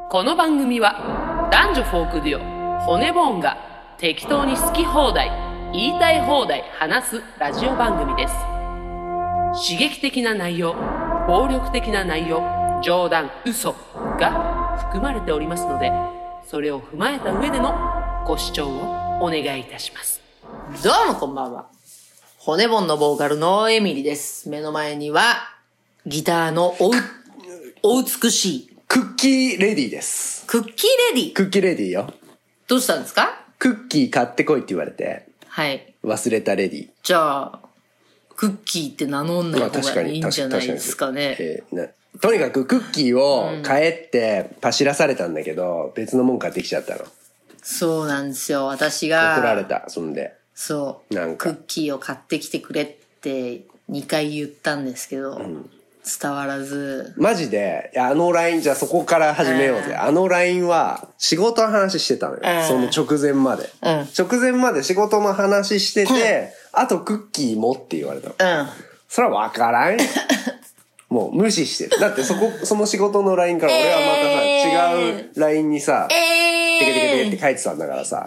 この番組は男女フォークデュオ骨ボーンが適当に好き放題言いたい放題話すラジオ番組です。刺激的な内容、暴力的な内容、冗談、嘘が含まれておりますので、それを踏まえた上でのご視聴をお願いいたします。どうもこんばんは。骨ボンのボーカルのエミリです。目の前にはギターのお美しいクッキーレディです。 クッキーレディ。 クッキーレディよ。 どうしたんですか？ クッキー買ってこいって言われて。 はい。 忘れたレディ。 じゃあ、クッキーって名乗んない方がいいんじゃないですかね。 とにかくクッキーを買えってパシらされたんだけど、別のもん買ってきちゃったの。 そうなんですよ。私が。 怒られた、そんで。 そう。なんか。クッキーを買ってきてくれって2回言ったんですけど、伝わらず。 マジで、あの LINE、じゃあそこから始めようぜ。あの LINE は仕事の話してたのよ。その直前まで。直前まで仕事の話してて、あとクッキーもって言われたの。それはわからん。もう無視してる。だってその仕事の LINE から俺はまたさ、違う LINE にさ、テケテケテケって書いてたんだからさ。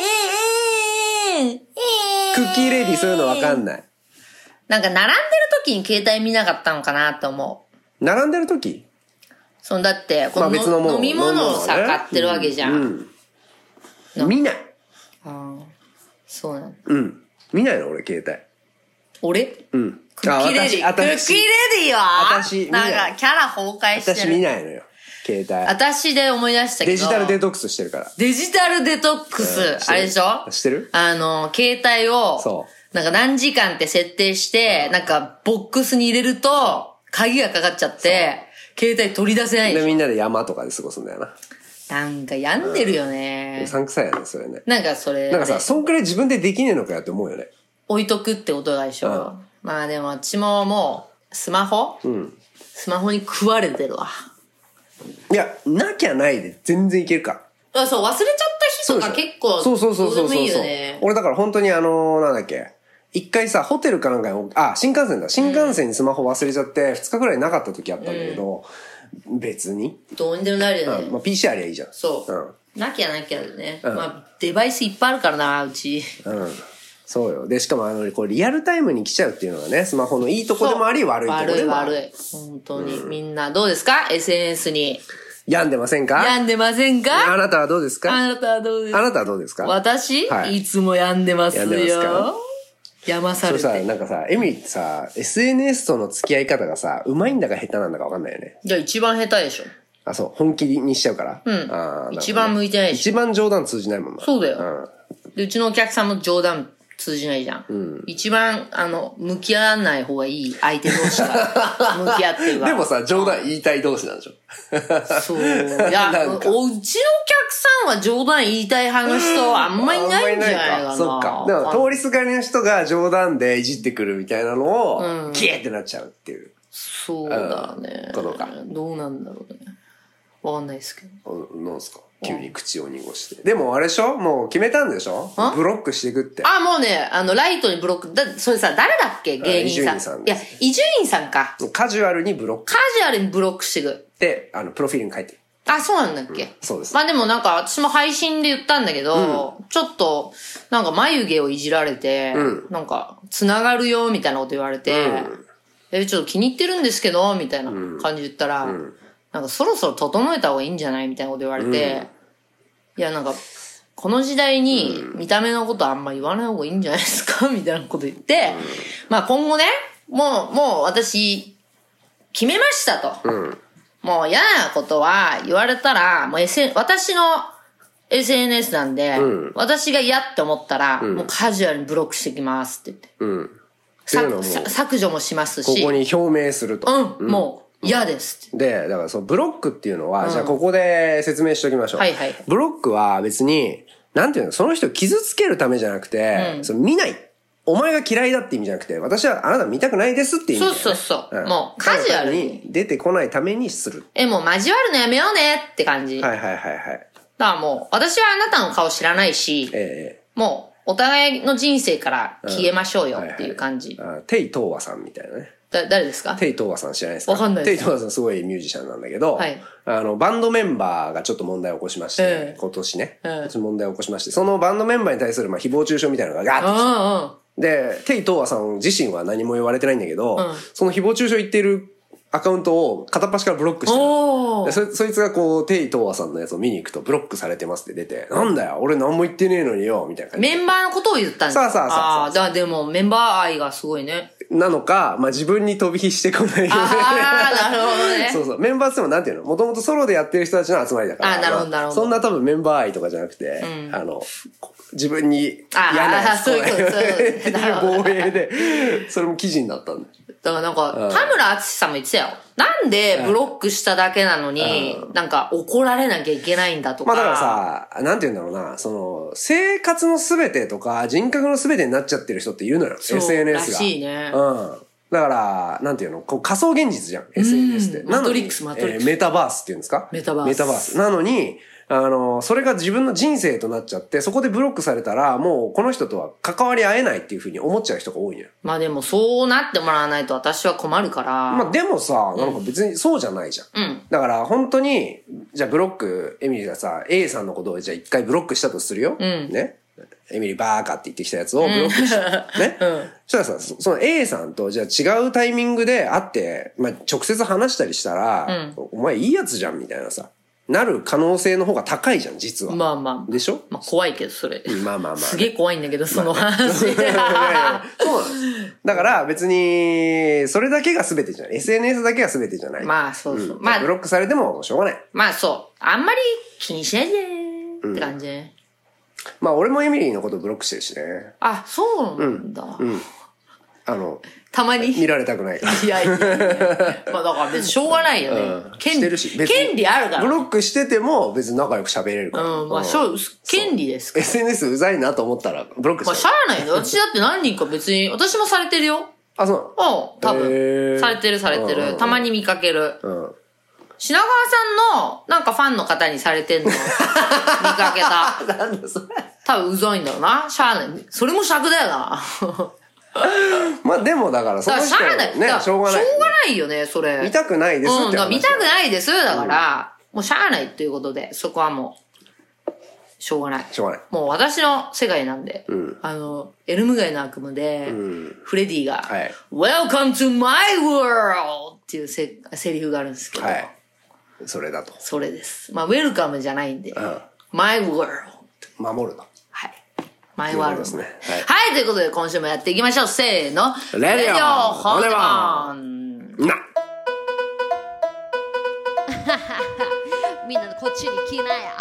クッキーレディそういうのわかんない。 なんか並んでる時に携帯見なかったのかなと思う。並んでる時？ だって、この飲み物をさ、買ってるわけじゃん。 見ない。 ああ、そうなの。 見ないの俺、携帯。 俺？ うん。 クッキーレディ。クッキーレディは私、 なんか、キャラ崩壊してる。 私見ないのよ、携帯。 私で思い出したけど。 デジタルデトックスしてるから。 デジタルデトックス、あれでしょ？ 知ってる？ 携帯を、そう。なんか何時間って設定して、なんかボックスに入れると、鍵がかかっちゃって、携帯取り出せないでしょ。 で、みんなで山とかで過ごすんだよな。 なんか病んでるよね。 うさんくさいよね、それね。 なんかそれ、 なんかさ、そんくらい自分でできねえのかよって思うよね。 置いとくってことでしょ。まあでも、私ももう、スマホに食われてるわ。 いや、なきゃないで全然いけるから。 そう、忘れちゃった日とか結構、 そうどうでもいいよね。 俺だから本当になんだっけ。一回さ、ホテルかなんかに、新幹線だ。新幹線にスマホ忘れちゃって、2日くらいなかった時あったんだけど、別に。 どうにでもなるよね。 まあ、PC ありゃいいじゃん。 そう。なきゃね。まあ、デバイスいっぱいあるからな、うち。 そうよ。で、しかもこれリアルタイムに来ちゃうっていうのがね、スマホのいいとこでもあり、悪いとこでもある。 悪い。本当に。みんなどうですか？ SNS に。 病んでませんか？ 病んでませんか？ あなたはどうですか？ あなたはどうですか？私？いつも病んでますよ。病んでますか？病まされて。 そうさ、なんかさ、エミってさ、SNS との付き合い方がさ、うまいんだか下手なんだかわかんないよね。 じゃあ一番下手でしょ。 そう、本気にしちゃうから。 一番向いてないでしょ。 一番冗談通じないもんな。 そうだよ。で、うちのお客さんも冗談通じないじゃん。一番、向き合わない方がいい相手同士が向き合ってるわ。 でもさ、冗談言いたい同士なんでしょ。 そう。いや、うちのお客さんは冗談言いたい派の人あんまいないんじゃないかな。 そっか。でも、通りすがりの人が冗談でいじってくるみたいなのを、キエってなっちゃうっていう。 そうだね。 ことか。どうなんだろうね。わかんないですけど。 なんすか？急に口を濁して。でもあれでしょ？もう決めたんでしょ？ブロックしていくって。 もうね、ライトにブロック。それさ、誰だっけ？芸人さん。伊集院さん。いや、伊集院さんか。 カジュアルにブロック。 カジュアルにブロックしていく。 で、プロフィールに書いてる。 そうなんだっけ？ そうです。 まあでもなんか、私も配信で言ったんだけど、ちょっと、なんか眉毛をいじられて、なんか、つながるよ、みたいなこと言われて、ちょっと気に入ってるんですけど、みたいな感じで言ったら、なんかそろそろ整えた方がいいんじゃないみたいなこと言われて、いやなんか、この時代に見た目のことあんま言わない方がいいんじゃないですかみたいなこと言って、まあ今後ね、もう私、決めましたと。もう嫌なことは言われたら、もう私の SNS なんで、私が嫌って思ったら、もうカジュアルにブロックしてきますって言って。削除もしますし。 ここに表明すると。 もう。嫌ですって。 で、だからそのブロックっていうのは、じゃあここで説明しておきましょう。ブロックは別に、なんていうの、その人を傷つけるためじゃなくて、見ない。お前が嫌いだって意味じゃなくて、私はあなた見たくないですって意味だよね。 そう。もうカジュアルに出てこないためにする。 もう交わるのやめようねって感じ。 はい。だからもう、私はあなたの顔知らないし、もう、お互いの人生から消えましょうよっていう感じ。 テイトーワさんみたいなね。 誰ですか？ テイトーワさん知らないですか？ わかんないです。 テイトーワさんすごいミュージシャンなんだけど、はい、バンドメンバーがちょっと問題を起こしまして、今年ね、今年問題を起こしまして、そのバンドメンバーに対する誹謗中傷みたいなのがガーッと来て、で、テイトーワさん自身は何も言われてないんだけど、その誹謗中傷言っているアカウントを片っ端からブロックしてる。そいつがこう、テイトーワさんのやつを見に行くとブロックされてますって出て、なんだよ、俺何も言ってねえのによ、みたいな感じ。 メンバーのことを言ったんですか？ そう。 ああ、でもメンバー愛がすごいね。 なのか、自分に飛び火してこないよね。 ああ、なるほどね。 そう。メンバーってもなんていうの？もともとソロでやってる人たちの集まりだから。 ああ、なるほど。 そんな多分メンバー愛とかじゃなくて、自分に嫌なやつとかいう防衛で、それも記事になったんだよ。 だからなんか、田村淳さんも言ってたよ。なんでブロックしただけなのに、なんか怒られなきゃいけないんだとか。 だからさ、なんて言うんだろうな、生活のすべてとか人格のすべてになっちゃってる人っているのよ。SNS が。 らしいね。 だから、なんていうの、仮想現実じゃん、SNS って。 マトリックス。 メタバースっていうんですか？ メタバース。 なのに、それが自分の人生となっちゃって、そこでブロックされたら、もうこの人とは関わり合えないっていうふうに思っちゃう人が多いのよ。 でもそうなってもらわないと私は困るから。 でもさ、なんか別にそうじゃないじゃん。だから本当に、じゃあブロック、エミリーがさ、A さんのことをじゃあ一回ブロックしたとするよ。ね。エミリーバーカって言ってきたやつをブロックした。ね。そしたらさ、その A さんとじゃあ違うタイミングで会って、直接話したりしたら、お前いいやつじゃんみたいなさ。なる可能性の方が高いじゃん、実は。でしょ？ 怖いけど、それ。すげえ怖いんだけど、その話。そうなんです。だから別に、それだけが全てじゃない。SNS だけが全てじゃない。 そう。 ブロックされてもしょうがない。 そう。あんまり気にしないでーって感じね。 俺もエミリーのことブロックしてるしね。 あ、そうなんだ。たまに見られたくないから。 いや。だから別にしょうがないよね。権利あるから。 ブロックしてても別に仲良く喋れるから。 権利ですから。 SNS うざいなと思ったらブロックして。 しゃあないよ。私だって何人か別に、私もされてるよ。 あ、そうなの？多分。されてる。たまに見かける。品川さんのなんかファンの方にされてんの見かけた。 なんだそれ。 多分うざいんだろうな。しゃあない。それも尺だよな。 でもだからその人はね、しょうがない。 しょうがないよね、それ。 見たくないですって話。 見たくないです。だから、もうしゃあないっていうことで、そこはもう、しょうがない。もう私の世界なんで、エルム街の悪夢で、フレディが、Welcome to my world! っていうセリフがあるんですけど、 それだと。 それです。ウェルカムじゃないんで、my world! 守ると。 マイワールドですね。はい、ということで今週もやっていきましょう。せーの。 レディオホネマンなみんなこっちに来なや。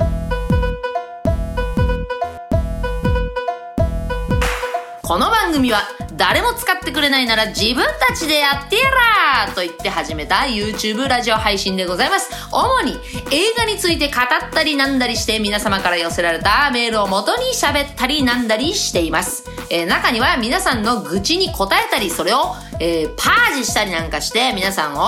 この番組は誰も使ってくれないなら自分たちでやってやらーと言って始めた YouTube ラジオ配信でございます。主に映画について語ったりなんだりして皆様から寄せられたメールを元に喋ったりなんだりしています。中には皆さんの愚痴に答えたりそれを、パージしたりなんかして皆さんを、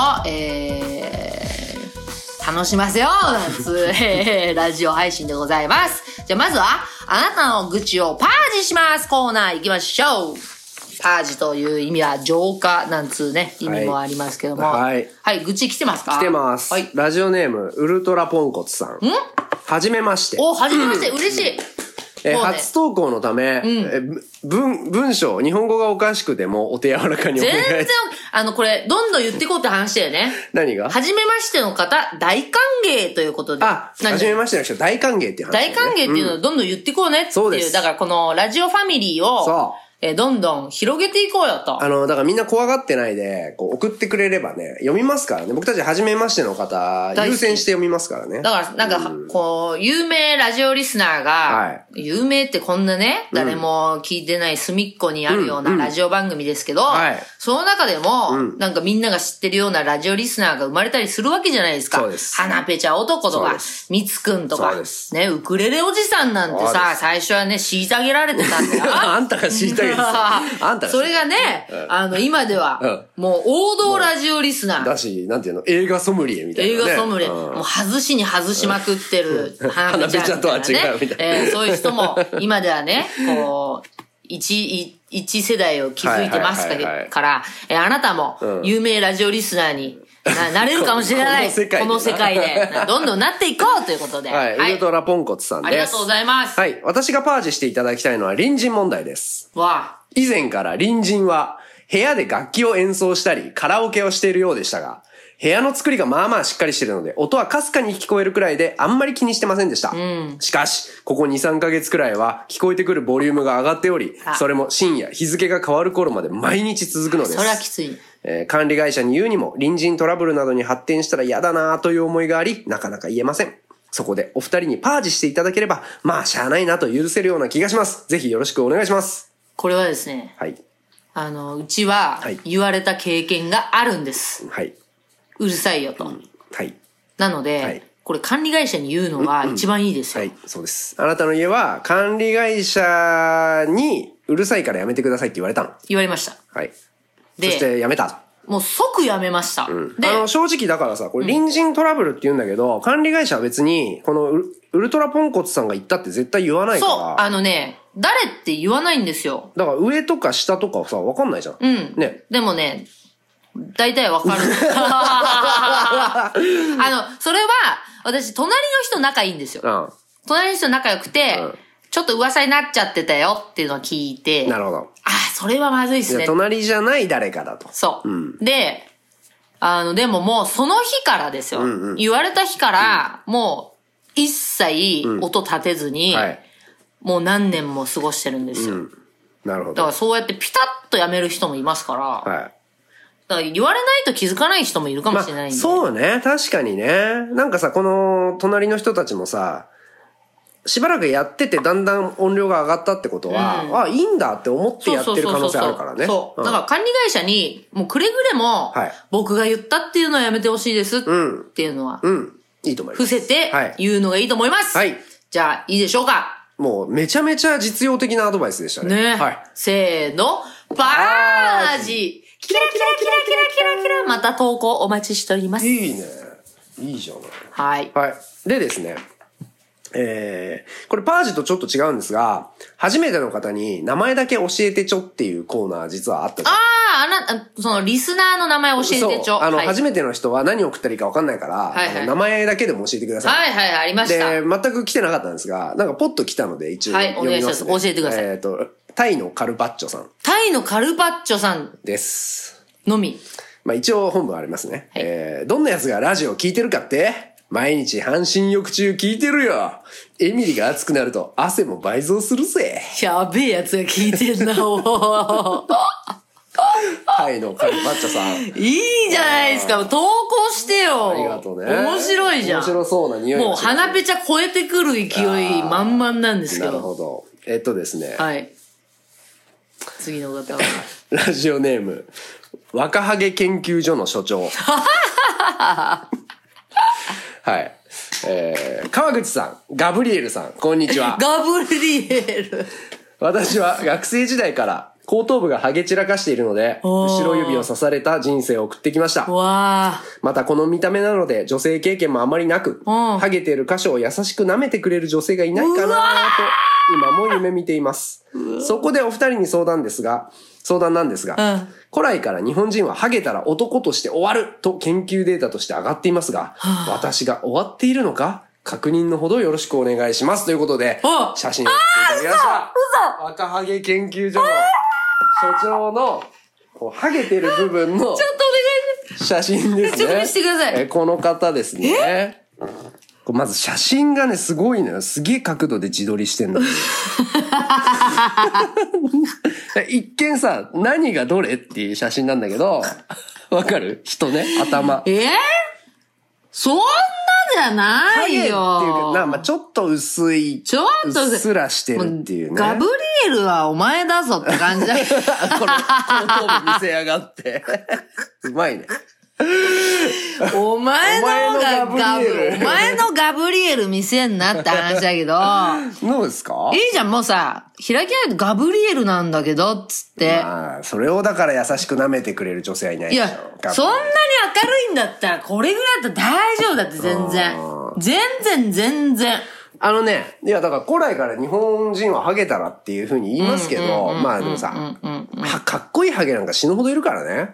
楽しませようなんつラジオ配信でございます。じゃあまずはあなたの愚痴をパージしますコーナー行きましょう。パージという意味は浄化なんつうね意味もありますけども、はい、愚痴来てますか？ 来てます、ラジオネームウルトラポンコツさん。はじめまして。 はじめまして、嬉しい。 初投稿のため、文章、日本語がおかしくてもお手柔らかにお願いします。 全然、これ、どんどん言っていこうって話だよね。 何が？ はじめましての方、大歓迎ということで。 はじめましての人、大歓迎っていう話、 大歓迎っていうのをどんどん言っていこうねっていう。そうです。だからこのラジオファミリーを、どんどん広げていこうよと。 だからみんな怖がってないで、送ってくれればね、読みますからね。僕たち初めましての方、優先して読みますからね。 だから、有名ラジオリスナーが、有名ってこんなね、誰も聞いてない隅っこにあるようなラジオ番組ですけど、その中でも、みんなが知ってるようなラジオリスナーが生まれたりするわけじゃないですか。 そうです。 花ペチャ男とか、みつくんとか、ね、ウクレレおじさんなんてさ、最初はね、虐げられてたんだよ。 あんたが虐げそれがね、今では、もう王道ラジオリスナー。 だし、なんていうの、映画ソムリエみたいな、ね。 映画ソムリエ。もう外しに外しまくってる花ペチャとは違うみたいな。 そういう人も、今ではね、一一世代を築いてますから、あなたも有名ラジオリスナーになれるかもしれない。この世界で。どんどんなっていこうということで。 はい。ウルトラポンコツさんです。 ありがとうございます。 はい。私がパージしていただきたいのは隣人問題です。以前から隣人は部屋で楽器を演奏したりカラオケをしているようでしたが、部屋の作りがまあまあしっかりしているので、音はかすかに聞こえるくらいであんまり気にしてませんでした。しかし、ここ2、3ヶ月くらいは聞こえてくるボリュームが上がっており、それも深夜、日付が変わる頃まで毎日続くのです。 それはきつい。 管理会社に言うにも、隣人トラブルなどに発展したら嫌だなという思いがあり、なかなか言えません。そこでお二人にパージしていただければ、まあしゃあないなと許せるような気がします。ぜひよろしくお願いします。 これはですね、 はい。 うちは言われた経験があるんです。 はい。 うるさいよと。 はい。 なので、これ管理会社に言うのが一番いいですよ。 はい、そうです。あなたの家は管理会社にうるさいからやめてくださいって言われたの？ 言われました。 はい。そしてやめた。 もう即やめました。 で、正直だからさ、これ隣人トラブルって言うんだけど、管理会社は別に、このウルトラポンコツさんが言ったって絶対言わないから。 そう、誰って言わないんですよ。 だから上とか下とかさ、わかんないじゃん。ね。 でもね、大体わかる。それは、私、隣の人仲いいんですよ。隣の人仲良くて、ちょっと噂になっちゃってたよっていうのを聞いて。 なるほど。 それはまずいっすね。 隣じゃない誰かだと。 そう。で、でももうその日からですよ。言われた日から、もう一切音立てずに、もう何年も過ごしてるんですよ。 なるほど。 だからそうやってピタッとやめる人もいますから、だから言われないと気づかない人もいるかもしれないんで。 そうね。確かにね。なんかさ、この隣の人たちもさ、しばらくやっててだんだん音量が上がったってことは、いいんだって思ってやってる可能性あるからね。 そう。だから管理会社に、もうくれぐれも、僕が言ったっていうのはやめてほしいですっていうのは、 いいと思います。 伏せて言うのがいいと思います。じゃあ、いいでしょうか？ もうめちゃめちゃ実用的なアドバイスでしたね。 せーの、パージ！キラキラキラキラキラキラ。また投稿お待ちしております。 いいね。いいじゃない。 はい。 でですね。これパージとちょっと違うんですが、初めての方に名前だけ教えてちょっていうコーナー実はあったじゃん。 そのリスナーの名前教えてちょ。 初めての人は何を送ったらいいか分かんないから、名前だけでも教えてください。 ありました。 で、全く来てなかったんですが、なんかポッと来たので一応読みますね。 お願いします。教えてください。 タイのカルパッチョさん。 タイのカルパッチョさん。 です。 のみ。 一応本文ありますね。どんな奴がラジオを聞いてるかって毎日半身浴中聞いてるよ。エミリが熱くなると汗も倍増するぜ。 やべえやつが聞いてんな、 タイのカルパッチョさん。 いいじゃないですか。投稿してよ。 ありがとうね。 面白いじゃん。 面白そうな匂い。 もう鼻ペチャ超えてくる勢い満々なんですけど。 なるほど。ですね。 次の方は。 ラジオネーム、若ハゲ研究所の所長。川口さん、ガブリエルさん、こんにちは。 ガブリエル。 私は学生時代から後頭部がハゲ散らかしているので、後ろ指を刺された人生を送ってきました。またこの見た目なので女性経験もあまりなく、ハゲている箇所を優しく舐めてくれる女性がいないかなと、今も夢見ています。そこでお二人に相談なんですが、古来から日本人はハゲたら男として終わると研究データとして上がっていますが、私が終わっているのか確認のほどよろしくお願いしますということで、写真を送っていただきました。若ハゲ研究所の所長のハゲてる部分の写真ですね。 ちょっと見せてください。 この方ですね。まず写真がね、すごいのよ。すげえ角度で自撮りしてんの。一見さ、何がどれっていう写真なんだけど、わかる？人ね、頭。 そんなじゃないよ。 ハゲっていうか、ちょっと薄い。うっすらしてるっていうね。 ガブリエルはお前だぞって感じだけど。 この後頭部見せやがって。うまいね。 お前のガブリエル見せんなって話だけど。 どうですか？ いいじゃん、もうさ、開きないとガブリエルなんだけど、つって。 それをだから優しく舐めてくれる女性はいないでしょ。 いや、そんなに明るいんだったら、これぐらいだったら大丈夫だって、全然。全然。 いやだから古来から日本人はハゲたらっていう風に言いますけど、まあでもさ、かっこいいハゲなんか死ぬほどいるからね。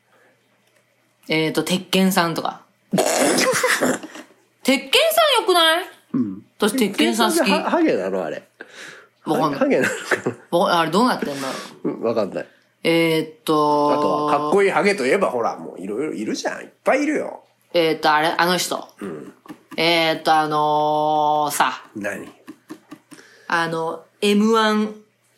鉄拳さんとか。鉄拳さんよくない？私鉄拳さん好き。 ハゲなのあれ。 わかんない。 ハゲなのかあれどうなってんだろう。わかんない。 あとはかっこいいハゲといえばほら、もういろいろいるじゃん。いっぱいいるよ。 あの人。さ。 何 M1、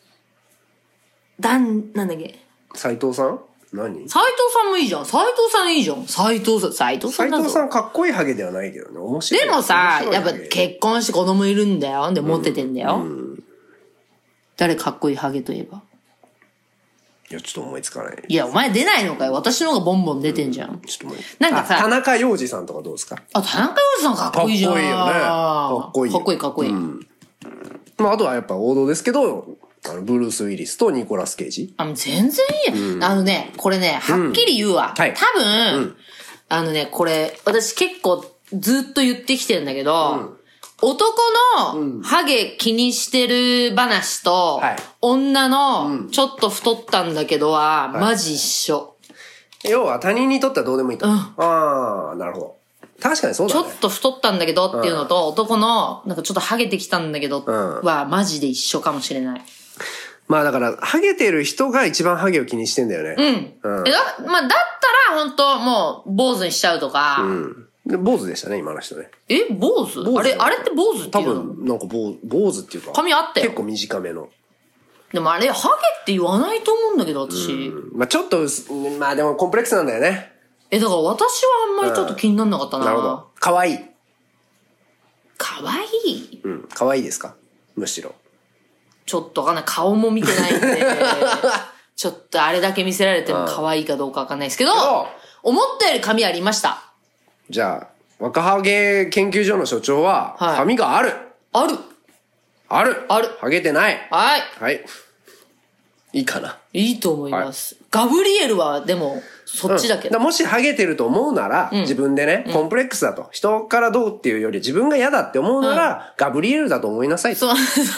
なんだっけ。 斉藤さん何斉藤さんもいいじゃん。斉藤さんいいじゃん。斉藤さんだぞ。 斉藤さんかっこいいハゲではないけどね。面白い。 でもさ、やっぱ結婚して子供いるんだよ。で、モテてんだよ。誰かっこいいハゲといえば。 いや、ちょっと思いつかない。 いや、お前出ないのかよ。私の方がボンボン出てんじゃん。 ちょっと思いなんかさ。 田中洋次さんとかどうですか？ 田中洋次さんかっこいいじゃん。 かっこいいよね。かっこいい。 かっこいいかっこいい。 まあ、あとはやっぱ王道ですけど、ブルース・ウィリスとニコラス・ケイジ。 全然いいや。これね、はっきり言うわ。多分、これ、私結構ずっと言ってきてるんだけど、男のハゲ気にしてる話と、女のちょっと太ったんだけどは、マジ一緒。 要は他人にとってはどうでもいいと。ああ、なるほど。確かにそうだね。 ちょっと太ったんだけどっていうのと、男のなんかちょっとハゲてきたんだけどはマジで一緒かもしれない。 まあだから、ハゲてる人が一番ハゲを気にしてんだよね。 まあだったら本当もう坊主にしちゃうとか。 坊主でしたね、今の人ね。 坊主？あれって坊主っていうの？ 多分、なんか坊主っていうか。 髪あったよ。 結構短めの。 でもあれ、ハゲって言わないと思うんだけど、私。 まあちょっと、まあでもコンプレックスなんだよね。 だから私はあんまりちょっと気にならなかったな。 なるほど。かわいい。 かわいい？ かわいいですか？むしろ。 ちょっとわかんない。顔も見てないんで、ちょっとあれだけ見せられても可愛いかどうかわかんないですけど、思ったより髪ありました。 じゃあ、若ハゲ研究所の所長は、髪がある。 ある。 ハゲてない。 はい。 いいかな。 いいと思います。ガブリエルはでも、そっちだけど。 もしハゲてると思うなら、自分でね、コンプレックスだと。人からどうっていうより自分が嫌だって思うなら、ガブリエルだと思いなさいと。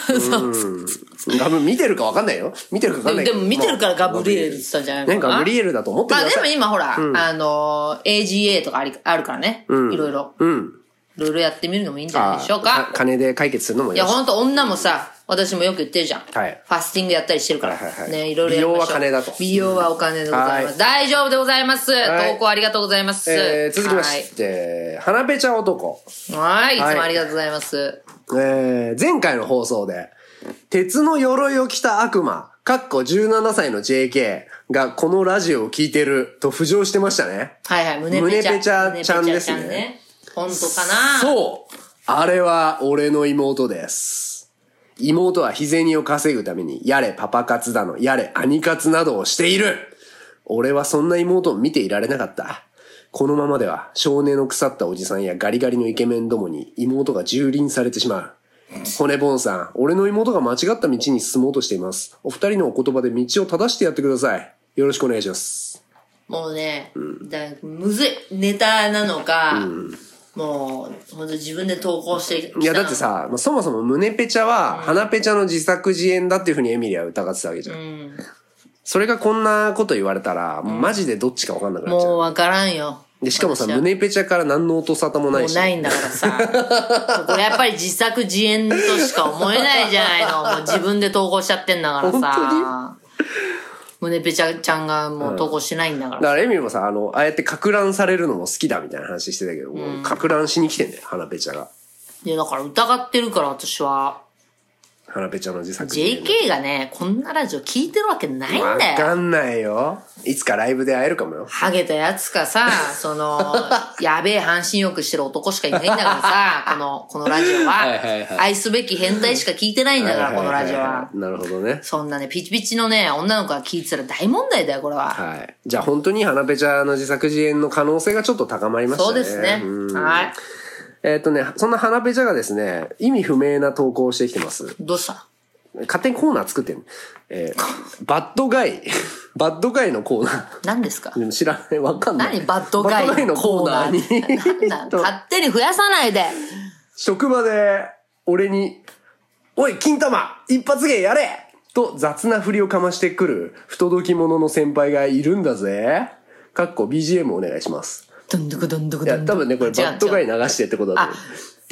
見てるかわかんないよ。見てるかわかんないけど。 でも見てるからガブリエルって言ったんじゃないのかな。 ガブリエルだと思ってください。 まあでも今ほら、AGA とかあるからね。いろいろ。いろいろやってみるのもいいんじゃないでしょうか。 金で解決するのもいい。 いや、ほんと女もさ、私もよく言ってるじゃん。ファスティングやったりしてるから。ね、いろいろやりましょう。 美容は金だと。 美容はお金でございます。大丈夫でございます。投稿ありがとうございます。 続きまして、花ペチャ男。 はい、いつもありがとうございます。 前回の放送で、鉄の鎧を着た悪魔、17歳の JK がこのラジオを聞いてると浮上してましたね。胸ペチャちゃんですね。 本当かな？ そう。あれは俺の妹です。妹は日銭を稼ぐために、やれパパ活だの、やれ兄活などをしている。俺はそんな妹を見ていられなかった。このままでは少年の腐ったおじさんやガリガリのイケメンどもに妹が蹂躙されてしまう。骨ボンさん、俺の妹が間違った道に進もうとしています。お二人のお言葉で道を正してやってください。よろしくお願いします。 もうね、むずい。ネタなのか、もう、ほんと自分で投稿してきた。 いや、だってさ、そもそも胸ペチャは、鼻ペチャの自作自演だっていうふうにエミリは疑ってたわけじゃん。それがこんなこと言われたら、マジでどっちか分かんなくなっちゃう。 もう分からんよ。 で、しかもさ、胸ペチャから何の音沙汰もないし。 もうないんだからさ。これやっぱり自作自演としか思えないじゃないの。もう自分で投稿しちゃってんだからさ。本当に胸ペチャちゃんがもう投稿してないんだから。 だからエミもさ、ああやって撹乱されるのも好きだみたいな話してたけど、撹乱しに来てんだよ、花ペチャが。 いや、だから疑ってるから私は。 花ペチャの自作自演。 JK がね、こんなラジオ聞いてるわけないんだよ。 わかんないよ。いつかライブで会えるかもよ。 ハゲたやつかさ、やべえ半身浴してる男しかいないんだからさ、このラジオは。愛すべき変態しか聞いてないんだから、このラジオは。 なるほどね。 そんなね、ピチピチのね、女の子が聞いてたら大問題だよ、これは。 はい。じゃあ本当に花ペチャの自作自演の可能性がちょっと高まりましたね。 そうですね。はい。 そんな花ペチャがですね、意味不明な投稿をしてきてます。 どうした？ 勝手にコーナー作ってんバッドガイ。バッドガイのコーナー。 何ですか？ 知らない。わかんない。 何バッドガイのコーナーに。勝手に増やさないで。 職場で俺に、おい、金玉一発芸やれと雑な振りをかましてくる不届き者の先輩がいるんだぜ。かっこ BGM お願いします。 どんどこどんどこいや、多分ね、これバッドガイ流してってことだと思う。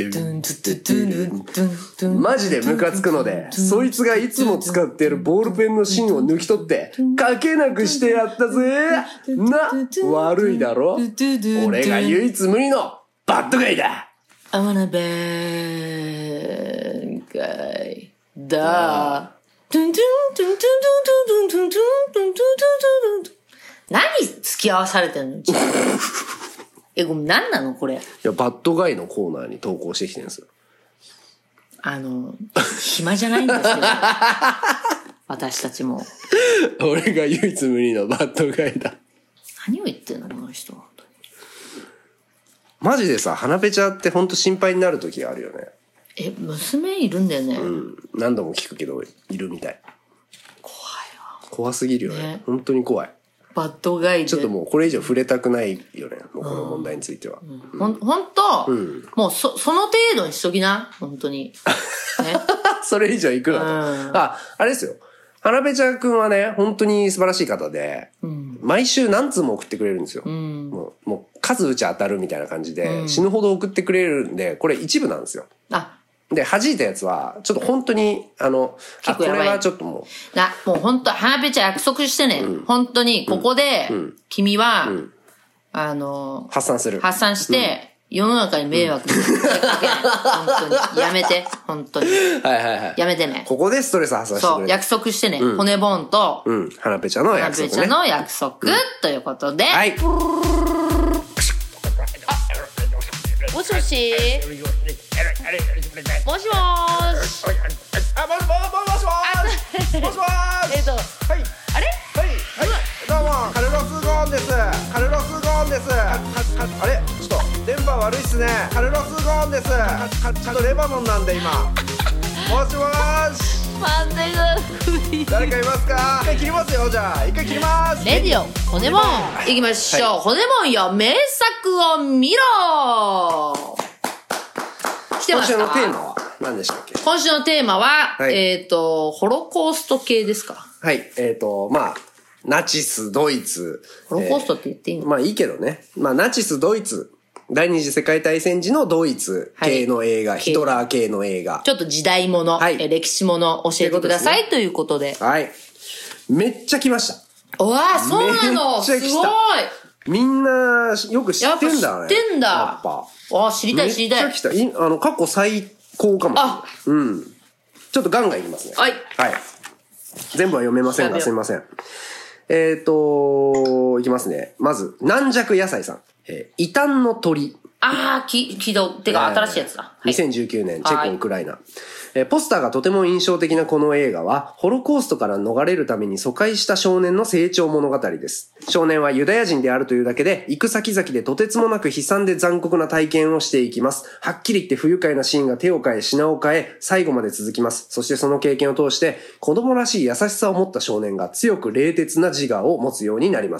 マジでムカつくので、そいつがいつも使っているボールペンの芯を抜き取って、書けなくしてやったぜ。な、悪いだろ。俺が唯一無二のバッドガイだ。 I wanna bad guy だ。何付き合わされてんのごめん、何なのこれ。 いや、バッドガイのコーナーに投稿してきてるんですよ。 暇じゃないんですよ。私たちも。 俺が唯一無二のバッドガイだ。 何を言ってんのこの人。 マジでさ、花ペチャってほんと心配になる時があるよね。 娘いるんだよね。 うん。何度も聞くけど、いるみたい。 怖いわ。 怖すぎるよね。本当に怖い。 バッドガイで。 ちょっともうこれ以上触れたくないよね。もうこの問題については。 ほんと、もうその程度にしときな。本当に。ね。それ以上いくなと。あれですよ。花ペチャくんはね、本当に素晴らしい方で、毎週何通も送ってくれるんですよ。もう数打ち当たるみたいな感じで、死ぬほど送ってくれるんで、これ一部なんですよ。で、弾いたやつは、ちょっと本当に、これはちょっともう。もう本当、花ペチャ約束してね。本当に、ここで、君は、 発散する。 発散して、世の中に迷惑かけない。本当に。やめて。本当に。やめてね。 ここでストレス発散してくれる。 そう、約束してね。骨ボンと、 花ペチャの約束ね。 花ペチャの約束、ということで。 はい。 もしもしもしもーし。 もしもしもしはい。 あれどうも、カルロス・ゴーンです。カルロス・ゴーンです。あれちょっと、電波悪いっすね。カルロス・ゴーンです。ちょっとレバノンなんで今。もしもーし。誰かいますか？一回切りますよ、じゃあ。一回切ります。 レディオ、骨もん。行きましょう。骨もんよ、名作を見ろ来てますか？ 今週のテーマは何でしたっけ？ 今週のテーマは、ホロコースト系ですか？ はい。ナチス、ドイツ。 ホロコーストって言っていいの？ まあいいけどね。まあナチス、ドイツ。第二次世界大戦時のドイツ系の映画、ヒトラー系の映画。 ちょっと時代物、歴史物教えてくださいということで。 はい。めっちゃ来ました。 うわぁ、そうなの？すごい。 みんな、よく知ってんだね。 知ってんだ。 やっぱ。 知りたい知りたい。 めっちゃ来た。過去最高かも。ちょっとガンガンいきますね。 はい。 全部は読めませんが、すみません。いきますね。まず、軟弱野菜さん。異端の鳥。 聞いた、てか新しいやつだ。 2019年、チェコ、ウクライナ。ポスターがとても印象的なこの映画は、ホロコーストから逃れるために疎開した少年の成長物語です。少年はユダヤ人であるというだけで、行く先々でとてつもなく悲惨で残酷な体験をしていきます。はっきり言って不愉快なシーンが手を変え品を変え、最後まで続きます。そしてその経験を通して、子供らしい優しさを持った少年が強く冷徹な自我を持つようになります。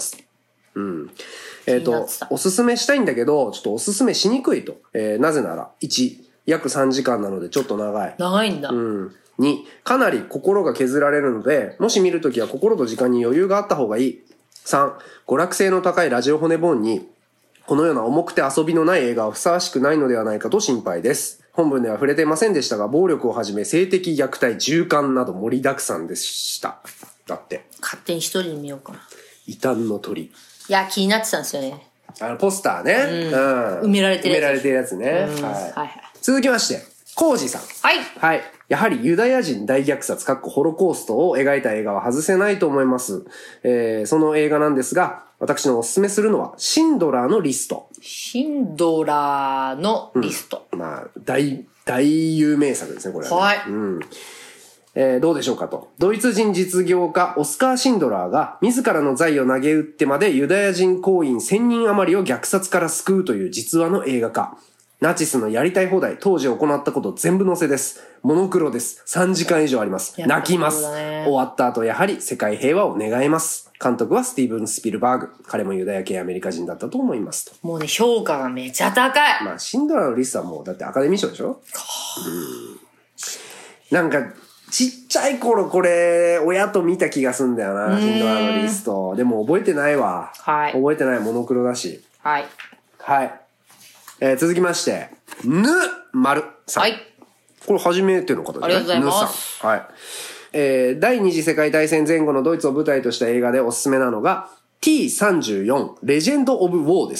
おすすめしたいんだけど、ちょっとおすすめしにくいと。なぜなら、1、約3時間なのでちょっと長い。 長いんだ。 2、かなり心が削られるので、もし見るときは心と時間に余裕があった方がいい。3、娯楽性の高いラジオ骨本に、このような重くて遊びのない映画はふさわしくないのではないかと心配です。本文では触れていませんでしたが、暴力をはじめ性的虐待、従姦など盛りだくさんでした。だって。 勝手に一人で見ようかな。 異端の鳥。 いや、気になってたんですよね。 ポスターね。 埋められてるやつ。 埋められてるやつね。続きまして、コウジさん。はい。やはりユダヤ人大虐殺ホロコーストを描いた映画は外せないと思います。その映画なんですが、私のおすすめするのは、シンドラーのリスト。 シンドラーのリスト。 大有名作ですね、これは、 はい。 どうでしょうかと。ドイツ人実業家オスカー・シンドラーが自らの罪を投げ打ってまでユダヤ人行員1000人余りを虐殺から救うという実話の映画化。ナチスのやりたい放題、当時行ったこと全部載せです。モノクロです。3時間以上あります。泣きます。終わった後やはり世界平和を願います。監督はスティーブン・スピルバーグ。彼もユダヤ系アメリカ人だったと思いますと。 もうね、評価がめちゃ高い。 シンドラーのリストはもうだってアカデミー賞でしょ？ なんか、ちっちゃい頃これ、親と見た気がすんだよな、シンドラーのリスト。でも覚えてないわ。 はい。 覚えてない、モノクロだし。 はい。 はい。続きまして、ぬまるさん。はい。これ初めての方ですね。 ありがとうございます。 ぬさん。はい。第二次世界大戦前後のドイツを舞台とした映画でおすすめなのが、T34 レジェンド・オブ・ウォーです。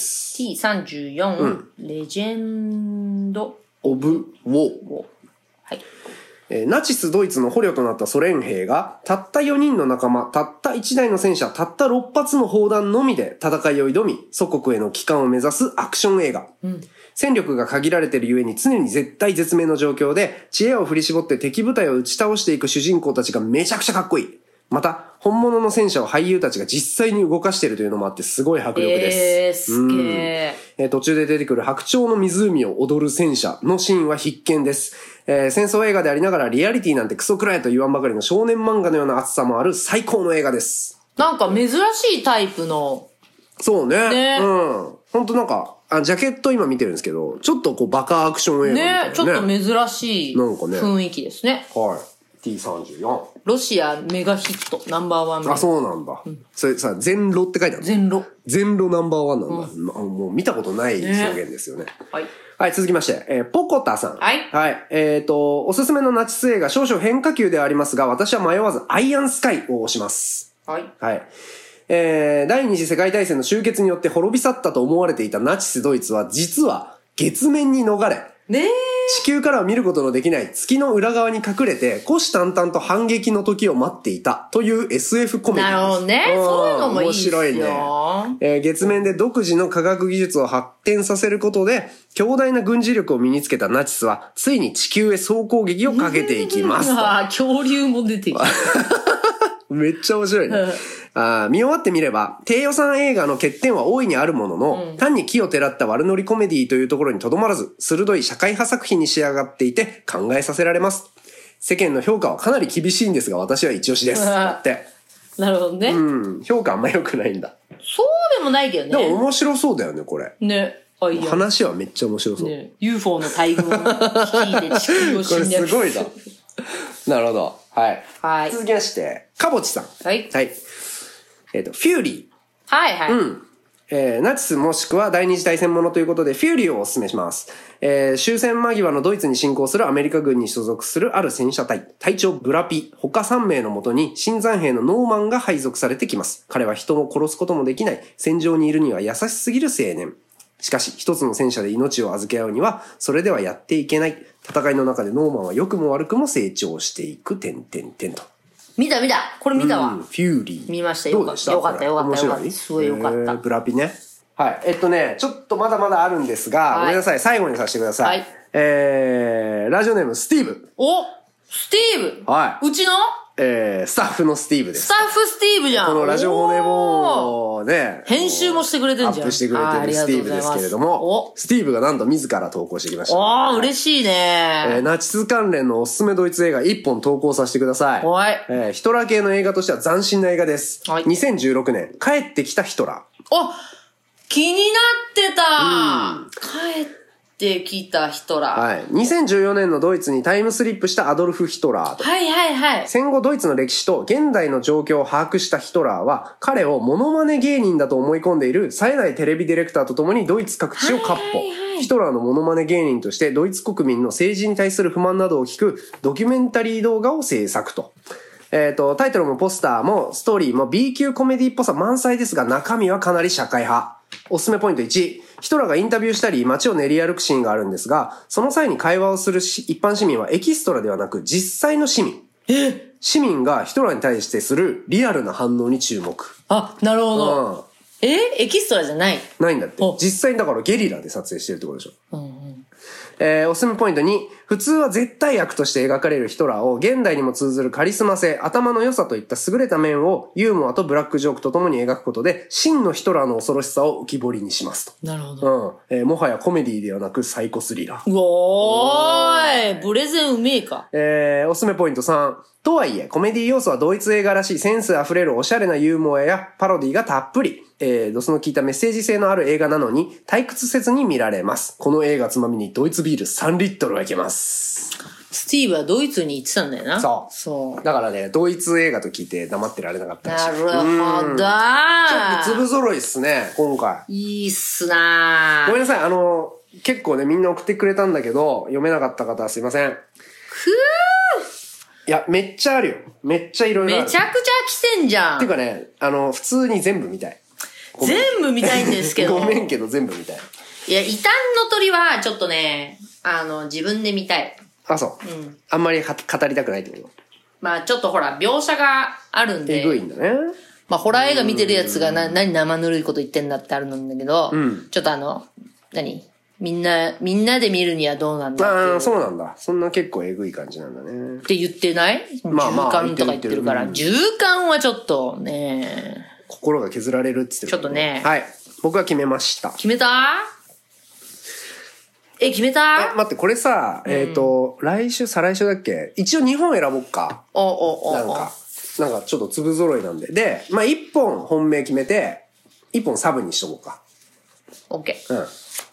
T34、レジェンド・オブ・ウォー。 はい。 ナチスドイツの捕虜となったソ連兵が、たった4人の仲間、たった1台の戦車、たった6発の砲弾のみで戦いを挑み、祖国への帰還を目指すアクション映画。戦力が限られているゆえに常に絶対絶命の状況で、知恵を振り絞って敵部隊を打ち倒していく主人公たちがめちゃくちゃかっこいい。また、本物の戦車を俳優たちが実際に動かしているというのもあってすごい迫力です。 すげー。途中で出てくる白鳥の湖を踊る戦車のシーンは必見です。戦争映画でありながらリアリティなんてクソくらいと言わんばかりの少年漫画のような熱さもある最高の映画です。 なんか珍しいタイプの。 そうね。ほんとなんか、ジャケット今見てるんですけど、ちょっとこうバカアクション映画みたいなね。 ちょっと珍しい雰囲気ですね。 はい。T34。 ロシアメガヒットナンバーワン。 あ、そうなんだ。それさ、全ロって書いてある。 全ロナンバーワンなんだ。もう見たことない表現ですよね。はい。はい、続きまして、ポコタさん。はい。はい。おすすめのナチス映画、少々変化球ではありますが、私は迷わずアイアンスカイを押します。はい。はい。第二次世界大戦の終結によって滅び去ったと思われていたナチスドイツは、実は月面に逃れ、地球からは見ることのできない月の裏側に隠れて、虎視眈々と反撃の時を待っていたという SF コメディです。 なるほどね。そういうのもいいですよ。面白いね。月面で独自の科学技術を発展させることで、強大な軍事力を身につけたナチスは、ついに地球へ総攻撃をかけていきます。 恐竜も出てきた。 めっちゃ面白いね。見終わってみれば、低予算映画の欠点は大いにあるものの、単に奇をてらった悪ノリコメディというところにとどまらず、鋭い社会派作品に仕上がっていて考えさせられます。世間の評価はかなり厳しいんですが、私は一押しです。だって。 なるほどね。 評価あんま良くないんだ。 そうでもないけどね。 でも面白そうだよね、これ。 ね。 話はめっちゃ面白そう。 ね。UFO の大群を聞いて地球を侵略。 これすごいな。なるほど。はい。 はい。 続きまして、かぼちさん。はい。はい。フューリー。 はいはい。 ナチスもしくは第二次大戦ものということで、フューリーをお勧めします。終戦間際のドイツに侵攻するアメリカ軍に所属するある戦車隊、隊長ブラピ、他3名のもとに新参兵のノーマンが配属されてきます。彼は人を殺すこともできない、戦場にいるには優しすぎる青年。しかし、一つの戦車で命を預け合うには、それではやっていけない。戦いの中でノーマンは良くも悪くも成長していく、と。 見た。これ見たわ。 フューリー。 見ましたよ。 どうでした？ よかった。 面白い？ すごいよかった。 ブラピね。はい。ちょっとまだまだあるんですが、ごめんなさい。最後にさせてください。はい。ラジオネーム、スティーブ。 お！スティーブ！ はい。 うちの？ スタッフのスティーブです。 スタッフスティーブじゃん。 このラジオ骨ボをね、 編集もしてくれてんじゃん。 アップしてくれてるスティーブですけれども、スティーブがなんと自ら投稿してきました。 嬉しいね。 ナチス関連のおすすめドイツ映画1本投稿させてください。 はい。 ヒトラー系の映画としては斬新な映画です。はい。2016年、帰ってきたヒトラー。 気になってた。帰ってきたヒトラー。 はい。2014年のドイツにタイムスリップしたアドルフ・ヒトラーと。 はい。 戦後ドイツの歴史と現代の状況を把握したヒトラーは、彼をモノマネ芸人だと思い込んでいる冴えないテレビディレクターと共にドイツ各地を闊歩。ヒトラーのモノマネ芸人としてドイツ国民の政治に対する不満などを聞くドキュメンタリー動画を制作と。タイトルもポスターもストーリーも B 級コメディっぽさ満載ですが中身はかなり社会派。おすすめポイント1、ヒトラーがインタビューしたり街を練り歩くシーンがあるんですが、その際に会話をする一般市民はエキストラではなく実際の市民。市民がヒトラーに対してするリアルな反応に注目。 なるほど。エキストラじゃない？ ないんだって。実際にだからゲリラで撮影してるってことでしょ。おすすめポイント2、普通は絶対悪として描かれるヒトラーを現代にも通ずるカリスマ性、頭の良さといった優れた面をユーモアとブラックジョークとともに描くことで真のヒトラーの恐ろしさを浮き彫りにしますと。 なるほど。 もはやコメディではなくサイコスリラー。 プレゼンうめえか。 おすすめポイント3、とはいえコメディ要素はドイツ映画らしいセンスあふれるおしゃれなユーモアやパロディがたっぷり。ドスの効いたメッセージ性のある映画なのに退屈せずに見られます。この映画つまみにドイツビール3リットルはいけます。 スティーブはドイツに行ってたんだよな。 そう。だからね、ドイツ映画と聞いて黙ってられなかったらしい。 なるほど。ちょっと粒揃いっすね、今回。 いいっすな。 ごめんなさい、結構ね、みんな送ってくれたんだけど、読めなかった方はすいません。いや、めっちゃあるよ。めっちゃいろいろある。 めちゃくちゃ来てんじゃん。 っていうかね、普通に全部見たい。 全部見たいんですけど。 ごめんけど全部見たい。 いや、異端の鳥はちょっとね、自分で見たい。 あ、そう。あんまり語りたくないってこと？ まあちょっとほら、描写があるんで。 えぐいんだね。 まあホラー映画見てるやつが何生ぬるいこと言ってんだってあるんだけど、ちょっとみんなで見るにはどうなんだっていう。 ああ、そうなんだ。そんな結構えぐい感じなんだね。 って言ってない？ まあまあ、 循環とか言ってるから、循環はちょっとね。 心が削られるって言ってる。 ちょっとね。 はい。僕は決めました。 決めた？決めた？ 待って、これさ、来週、再来週だっけ？一応2本選ぼっか。なんかちょっと粒揃いなんで。で、まあ1本本命決めて、1本サブにしとこうか。 オッケー。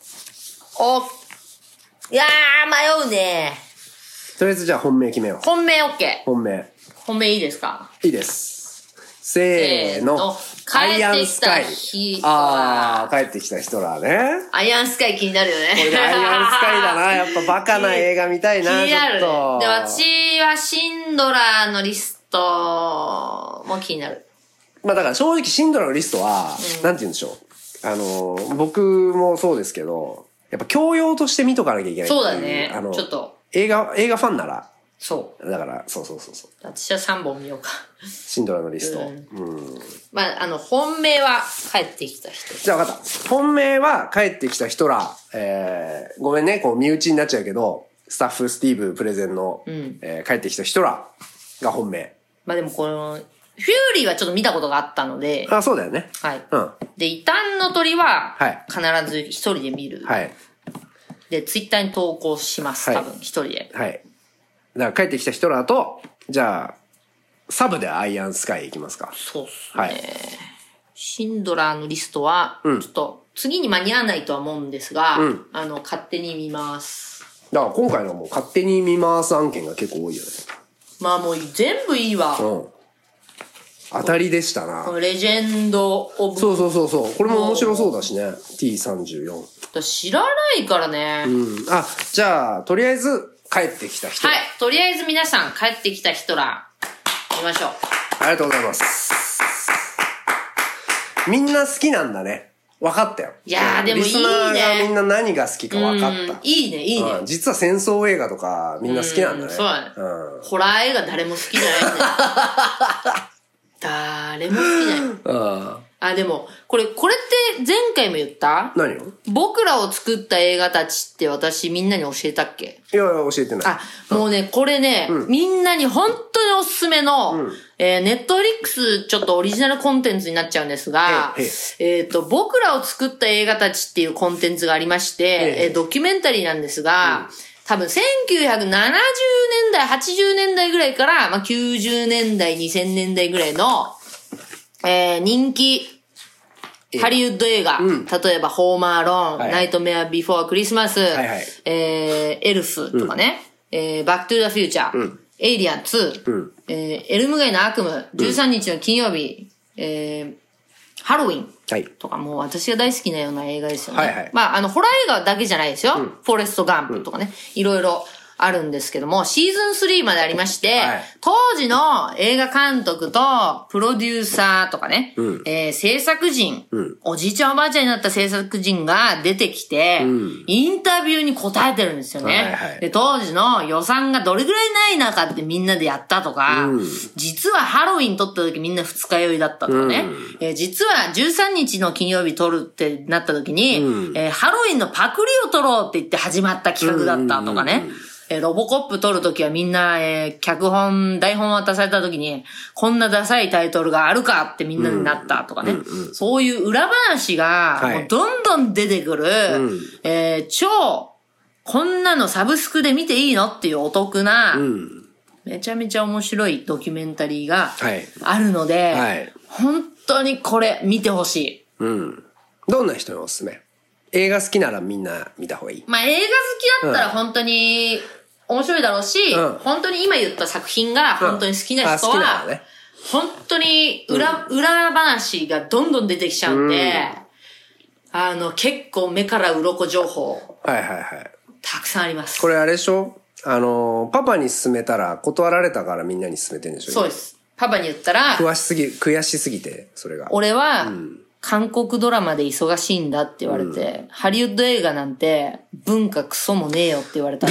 いやー、迷うね。 とりあえずじゃあ本命決めよう。 本命オッケー。本命いいですか？ いいです。せーの。 帰ってきたヒトラー。 帰ってきたヒトラーね。 アイアンスカイ気になるよね。 これアイアンスカイだな。やっぱバカな映画見たいな、 気になる。 ちょっと。 で、私はシンドラーのリストも気になる。 まあだから正直シンドラーのリストは、なんて言うんでしょう。僕もそうですけど、やっぱ教養として見とかなきゃいけない。 そうだね。ちょっと。 映画ファンなら。 そう。 だから、そう。 私は3本見ようか。 シンドラーのリスト。 まあ、本命は帰ってきた人。 じゃあ分かった。本命は帰ってきたヒトラー。ごめんね、こう身内になっちゃうけど、スタッフスティーブプレゼンの、帰ってきたヒトラーが本命。 まあでもこの、フューリーはちょっと見たことがあったので。 あ、そうだよね。 はい。で、異端の鳥は、必ず一人で見る。 はい。 で、ツイッターに投稿します。多分、一人で。 はい。だから帰ってきたヒトラーと、じゃあ、サブでアイアンスカイいきますか。 そうっすね。はい。シンドラーのリストは、ちょっと、次に間に合わないとは思うんですが、勝手に見ます。 だから今回のもう勝手に見ます案件が結構多いよね。 まあもう全部いいわ。 当たりでしたな。 レジェンド・オブ。 そう。これも面白そうだしね。T34。 知らないからね。 じゃあ、とりあえず、帰ってきたヒトラー。 はい。とりあえず皆さん、帰ってきたヒトラー。見ましょう。 ありがとうございます。みんな好きなんだね。分かったよ。 いやーでもいいね。 リスナーがみんな何が好きか分かった。 いいね。 実は戦争映画とかみんな好きなんだね。 そうだね。ホラー映画誰も好きじゃないんだよ。誰も好きじゃない。でも、これって前回も言った？ 何を？ 僕らを作った映画たちって私みんなに教えたっけ？ いや、教えてない。 もうね、これね、みんなに本当におすすめの、ネットフリックスちょっとオリジナルコンテンツになっちゃうんですが、僕らを作った映画たちっていうコンテンツがありまして、ドキュメンタリーなんですが、多分1970年代、80年代ぐらいから、90年代、2000年代ぐらいの、人気、ハリウッド映画、例えば、ホームアローン、ナイトメアビフォークリスマス、エルフとかね、バックトゥーザフューチャー、エイリアン2、エルム街の悪夢、13日の金曜日、ハロウィンとかもう私が大好きなような映画ですよね。まあ、ホラー映画だけじゃないですよ。フォレストガンプとかね、いろいろあるんですけども、シーズン3までありまして、当時の映画監督とプロデューサーとかね、制作陣、おじいちゃんおばあちゃんになった制作陣が出てきて、インタビューに答えてるんですよね。で、当時の予算がどれぐらいない中ってみんなでやったとか、実はハロウィン撮った時みんな二日酔いだったとかね、実は13日の金曜日撮るってなった時に、ハロウィンのパクリを撮ろうって言って始まった企画だったとかね、ロボコップ撮るときはみんな、台本渡されたときに、こんなダサいタイトルがあるかってみんなになったとかね。そういう裏話が、もうどんどん出てくる、こんなのサブスクで見ていいのっていうお得な、めちゃめちゃ面白いドキュメンタリーがあるので、本当にこれ見てほしい。 どんな人におすすめ？映画好きならみんな見た方がいい。 まあ映画好きだったら本当に面白いだろうし、本当に今言った作品が本当に好きな人は、本当に裏話がどんどん出てきちゃうんで、結構目から鱗情報。 はいはいはい。 たくさんあります。 これあれでしょ？パパに勧めたら断られたからみんなに勧めてんでしょ？ そうです。パパに言ったら、 悔しすぎて、それが。 俺は、韓国ドラマで忙しいんだって言われて、ハリウッド映画なんて文化クソもねえよって言われた。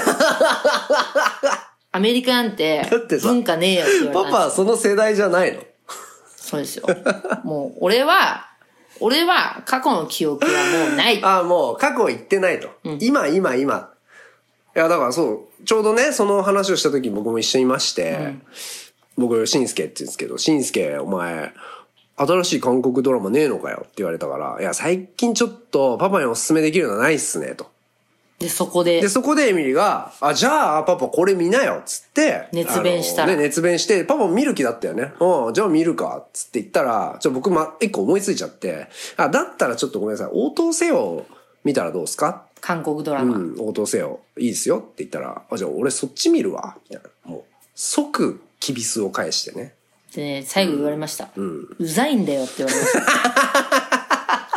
アメリカなんて文化ねえよって言われた。 パパはその世代じゃないの？ そうですよ。もう、俺は過去の記憶はもうない。 もう過去行ってないと。今。いや、だからそう、ちょうどね、その話をした時僕も一緒にいまして、僕、しんすけって言うんですけど、しんすけ、お前、新しい韓国ドラマねえのかよって言われたから、いや、最近ちょっとパパにおすすめできるのはないっすね、と。 で、そこでエミリが、じゃあ、パパこれ見なよ、つって、 熱弁したら。 熱弁して、パパ見る気だったよね。じゃあ見るか、つって言ったら、僕一個思いついちゃって、だったらちょっとごめんなさい、応答せよ、見たらどうすか？ 韓国ドラマ。 応答せよ、いいですよって言ったら、じゃあ俺そっち見るわ、みたいな。もう、即、キビスを返してね。 でね、最後言われました。うざいんだよって言われました。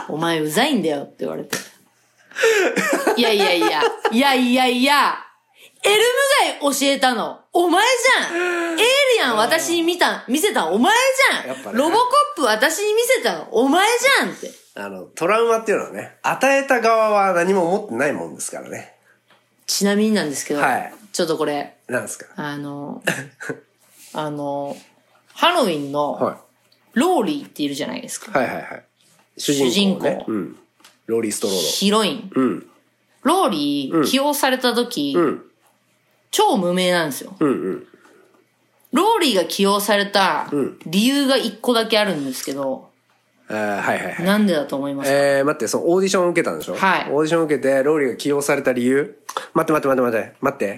お前うざいんだよって言われて。いや、エルム街教えたのお前じゃん。エイリアン私に見せたのお前じゃん。ロボコップ私に見せたのお前じゃんって。 トラウマっていうのはね、与えた側は何も持ってないもんですからね。 ちなみになんですけど、ちょっとこれ。 なんですか？ ハロウィンの、ローリーっているじゃないですか。 主人公ね。ローリー・ストロード。 ヒロイン。ローリー、起用された時、超無名なんですよ。ローリーが起用された理由が一個だけあるんですけど、なんでだと思いますか？ 待って、そのオーディションを受けたんでしょ？オーディションを受けて、ローリーが起用された理由？待って。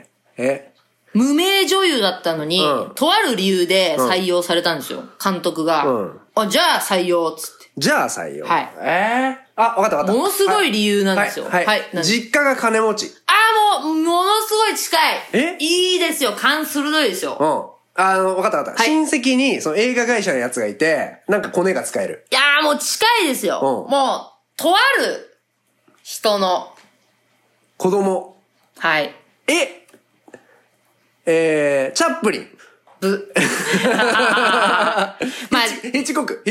無名女優だったのに、とある理由で採用されたんですよ。監督が。じゃあ採用っつって。 じゃあ採用。 はい。 わかった。 ものすごい理由なんですよ。 実家が金持ち。 ものすごい近い。いいですよ。勘鋭いですよ。 わかった。親戚に、その映画会社のやつがいて、なんかコネが使える。 いやもう近いですよ。もう、とある人の。 子供。 はい。 チャップリン。 まあ、 ヒッチコック。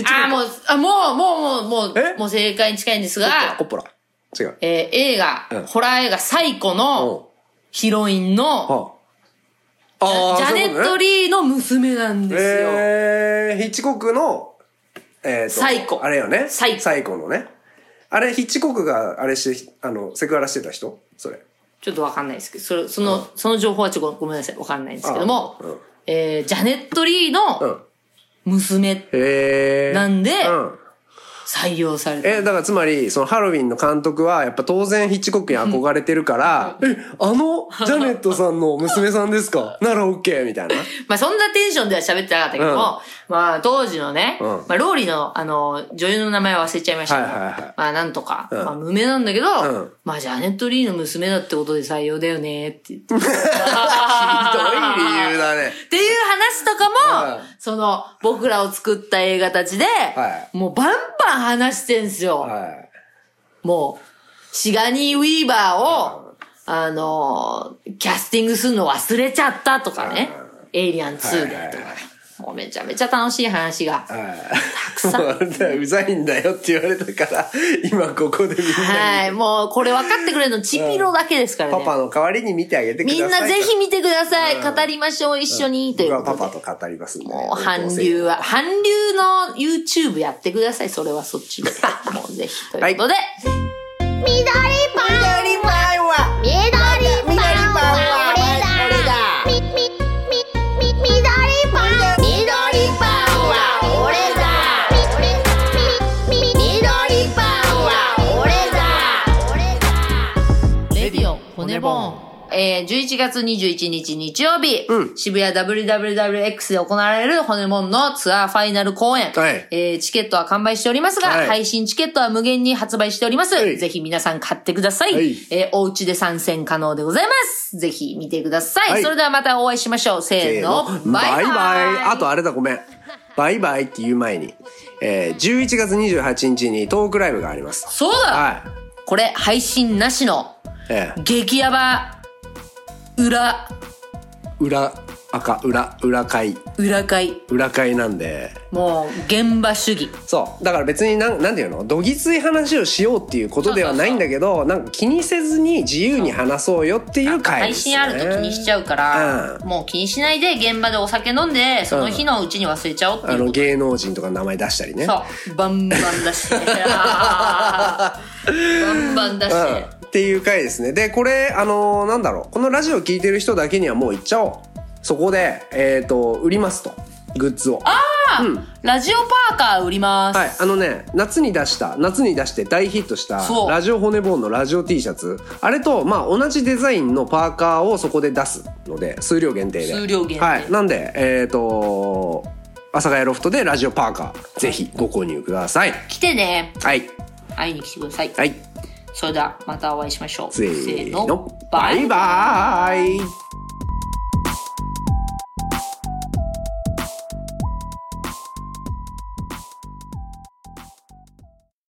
もう正解に近いんですが、 コッポラ。違う。 ホラー映画サイコのヒロインの、ジャネット・リーの娘なんですよ。 ヒッチコックの、 サイコ。 あれよね。サイコのね。あれ、ヒッチコックが、セクハラしてた人？それ。ちょっとわかんないですけど、その情報はごめんなさい、わかんないんですけども、ジャネット・リーの娘なんで、採用された。 だからつまり、そのハロウィンの監督は、やっぱ当然ヒッチコックに憧れてるから、ジャネットさんの娘さんですか？なら OK! みたいな。 まあそんなテンションでは喋ってなかったけども、まあ当時のね、まあローリーの女優の名前は忘れちゃいましたけど、まあなんとか、まあ無名なんだけど、まあジャネット・リーの娘だってことで採用だよねって言って。ひどい理由だね。 っていう話とかも、僕らを作った映画たちで、もうバンバン話してんすよ。もう、シガニー・ウィーバーを、キャスティングするの忘れちゃったとかね。エイリアン2でとか。もうめちゃめちゃ楽しい話が、たくさん。 うざいんだよって言われたから、今ここでみんなに。もうこれ分かってくれるのチピロだけですからね。 パパの代わりに見てあげてください。 みんなぜひ見てください。語りましょう、一緒に。ということで。 僕はパパと語りますんで。 もう韓流の YouTube やってください。それはそっちで。もうぜひ。ということで。 緑パンは緑パンは俺だ骨ボン。11月21日日曜日、渋谷 WWWX で行われる骨ボンのツアーファイナル公演、チケットは完売しておりますが、配信チケットは無限に発売しております。ぜひ皆さん買ってください。お家で参戦可能でございます。 ぜひ見てください。 はいそれではまたお会いしましょう。せーの。 バイバイ。あとあれだ、ごめん。バイバイって言う前に、11月28日にトークライブがあります。 そうだ、 はい。 これ配信なしの激ヤバ裏会なんで、もう現場主義。そうだから別になんていうの、どぎつい話をしようっていうことではないんだけど、なんか気にせずに自由に話そうよっていう回ですね。 配信あると気にしちゃうから、もう気にしないで現場でお酒飲んでその日のうちに忘れちゃおうっていうこと、 芸能人とか名前出したりね。 そうバンバン出してバンバン出して、 っていう回ですね。でこれなんだろう、このラジオ聞いてる人だけにはもう言っちゃおう。そこで売りますと、グッズを。 ラジオパーカー売ります。 はい、夏に出して大ヒットしたラジオ骨ボーンのラジオ T シャツ、あれとまあ同じデザインのパーカーをそこで出すので、数量限定で。はい、なんで阿佐ヶ谷ロフトでラジオパーカーぜひご購入ください。 来てね。 はい。 会いに来てください。 はい。 それではまたお会いしましょう。 せーの。バイバーイ。